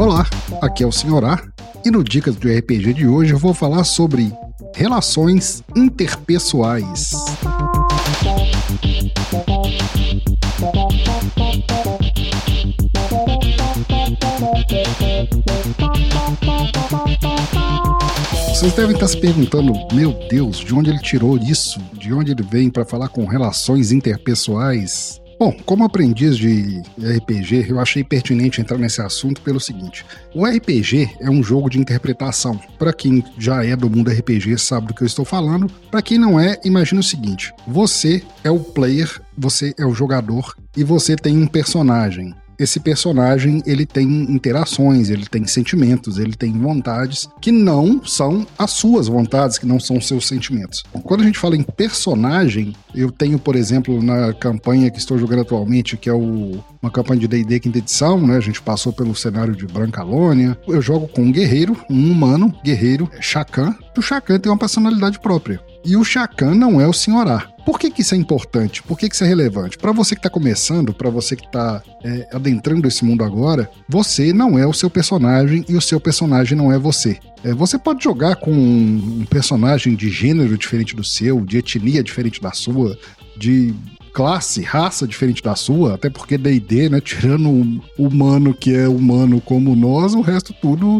Olá, aqui é o Sr. A e no Dicas do RPG de hoje eu vou falar sobre relações interpessoais. Vocês devem estar se perguntando, meu Deus, de onde ele tirou isso? De onde ele vem para falar com relações interpessoais? Bom, como aprendiz de RPG, eu achei pertinente entrar nesse assunto pelo seguinte: o RPG é um jogo de interpretação. Para quem já é do mundo RPG sabe do que eu estou falando. Para quem não é, imagina o seguinte: você é o player, você é o jogador e você tem um personagem. Esse personagem, ele tem interações, ele tem sentimentos, ele tem vontades que não são as suas vontades, que não são os seus sentimentos. Quando a gente fala em personagem, eu tenho, por exemplo, na campanha que estou jogando atualmente, que é uma campanha de D&D quinta edição, né? A gente passou pelo cenário de Brancalônia. Eu jogo com um guerreiro, um humano, guerreiro, Shakan. O Shakan tem uma personalidade própria. E o Shakan não é o Sr. A. Por que isso é importante? Por que isso é relevante? Para você que está começando, para você que está adentrando esse mundo agora, você não é o seu personagem e o seu personagem não é você. Você pode jogar com um personagem de gênero diferente do seu, de etnia diferente da sua, de classe, raça diferente da sua, até porque D&D, né, tirando o humano que é humano como nós, o resto tudo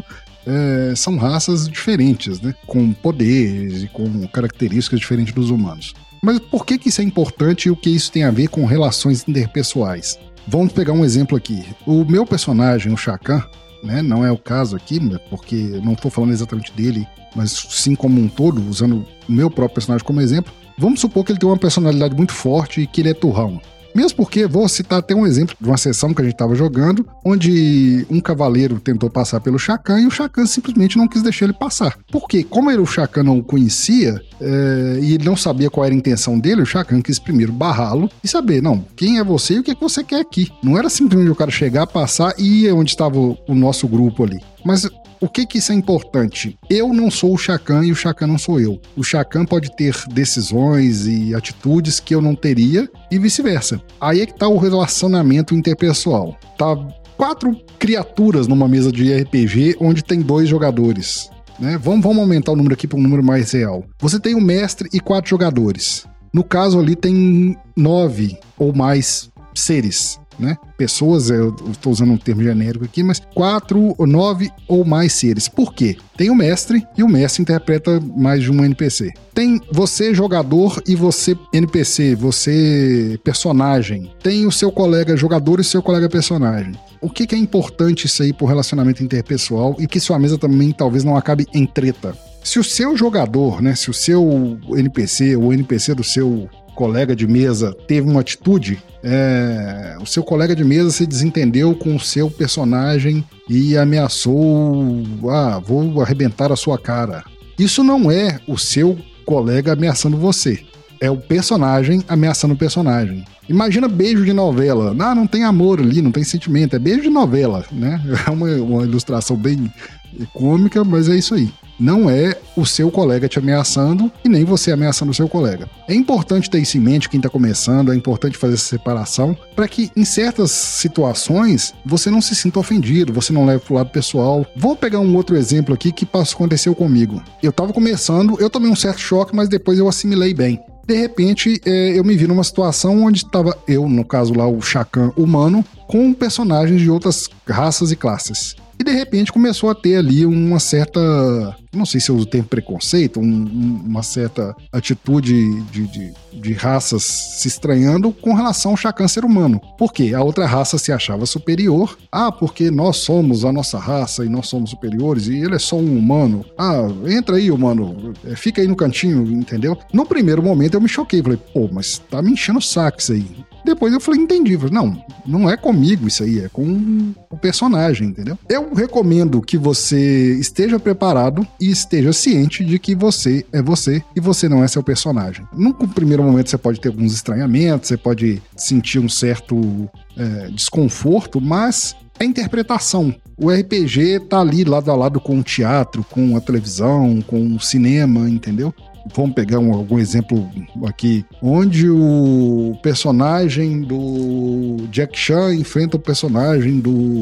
são raças diferentes, né, com poderes e com características diferentes dos humanos. Mas por que isso é importante e o que isso tem a ver com relações interpessoais? Vamos pegar um exemplo aqui. O meu personagem, o Shakan, né, não é o caso aqui, porque não estou falando exatamente dele, mas sim como um todo, usando o meu próprio personagem como exemplo. Vamos supor que ele tem uma personalidade muito forte e que ele é turrão. Mesmo porque, vou citar até um exemplo de uma sessão que a gente estava jogando, onde um cavaleiro tentou passar pelo Shakan e o Shakan simplesmente não quis deixar ele passar. Por quê? Como o Shakan não o conhecia e ele não sabia qual era a intenção dele, o Shakan quis primeiro barrá-lo e saber, não, quem é você e o que é que você quer aqui. Não era simplesmente o cara chegar, passar e ir onde estava o nosso grupo ali. Mas o que isso é importante? Eu não sou o Shakan e o Shakan não sou eu. O Shakan pode ter decisões e atitudes que eu não teria e vice-versa. Aí é que tá o relacionamento interpessoal. Tá 4 criaturas numa mesa de RPG onde tem 2 jogadores. Né? Vamos aumentar o número aqui para um número mais real. Você tem um mestre e 4 jogadores. No caso ali tem 9 ou mais seres. Né? Pessoas, eu estou usando um termo genérico aqui, mas 4, 9 ou mais seres. Por quê? Tem o mestre e o mestre interpreta mais de um NPC. Tem você jogador e você NPC, você personagem. Tem o seu colega jogador e o seu colega personagem. O que é importante isso aí para o relacionamento interpessoal e que sua mesa também talvez não acabe em treta? Se o seu jogador, né, se o seu NPC ou o NPC do seu colega de mesa teve uma atitude, o seu colega de mesa se desentendeu com o seu personagem e ameaçou, vou arrebentar a sua cara. Isso não é o seu colega ameaçando você, é o personagem ameaçando o personagem. Imagina beijo de novela. Não tem amor ali, não tem sentimento, é beijo de novela, né? É uma ilustração bem cômica, mas é isso aí. Não é o seu colega te ameaçando e nem você ameaçando o seu colega. É importante ter isso em mente quem está começando, é importante fazer essa separação para que em certas situações você não se sinta ofendido, você não leve pro lado pessoal. Vou pegar um outro exemplo aqui que aconteceu comigo. Eu estava começando, eu tomei um certo choque, mas depois eu assimilei bem. De repente, eu me vi numa situação onde estava eu, no caso lá, o Shakan humano, com personagens de outras raças e classes. E de repente começou a ter ali uma certa, não sei se eu uso o termo preconceito, uma certa atitude de raças se estranhando com relação ao Shakan ser humano. Por quê? A outra raça se achava superior. Porque nós somos a nossa raça e nós somos superiores e ele é só um humano. Entra aí, humano, fica aí no cantinho, entendeu? No primeiro momento eu me choquei, falei, mas tá me enchendo o saco isso aí. Depois eu falei, entendi. Falei, não é comigo isso aí, é com o personagem, entendeu? Eu recomendo que você esteja preparado e esteja ciente de que você é você e você não é seu personagem. No primeiro momento você pode ter alguns estranhamentos, você pode sentir um certo desconforto, mas é interpretação. O RPG tá ali lado a lado com o teatro, com a televisão, com o cinema, entendeu? Vamos pegar algum exemplo aqui, onde o personagem do Jack Chan enfrenta o personagem do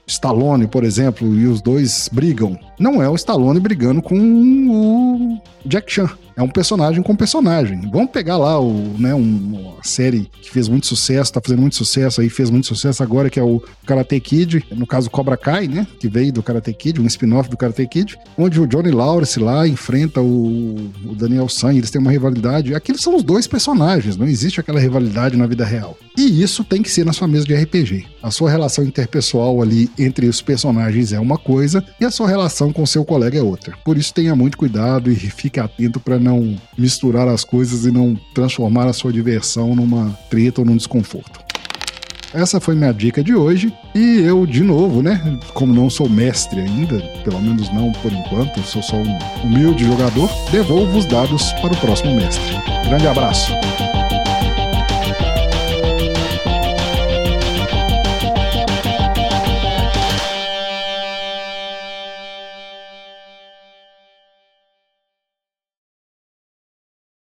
Stallone, por exemplo, e os dois brigam. Não é o Stallone brigando com o Jack Chan. É um personagem com personagem. Vamos pegar lá uma série que fez muito sucesso, tá fazendo muito sucesso aí, fez muito sucesso agora, que é o Karate Kid, no caso Cobra Kai, né? Que veio do Karate Kid, um spin-off do Karate Kid, onde o Johnny Lawrence lá enfrenta o Daniel San, eles têm uma rivalidade. Aqueles são os dois personagens, não existe aquela rivalidade na vida real. E isso tem que ser na sua mesa de RPG. A sua relação interpessoal ali entre os personagens é uma coisa e a sua relação com o seu colega é outra. Por isso tenha muito cuidado e fique atento para não misturar as coisas e não transformar a sua diversão numa treta ou num desconforto. Essa foi minha dica de hoje e eu, de novo, né, como não sou mestre ainda, pelo menos não por enquanto, sou só um humilde jogador, devolvo os dados para o próximo mestre. Grande abraço!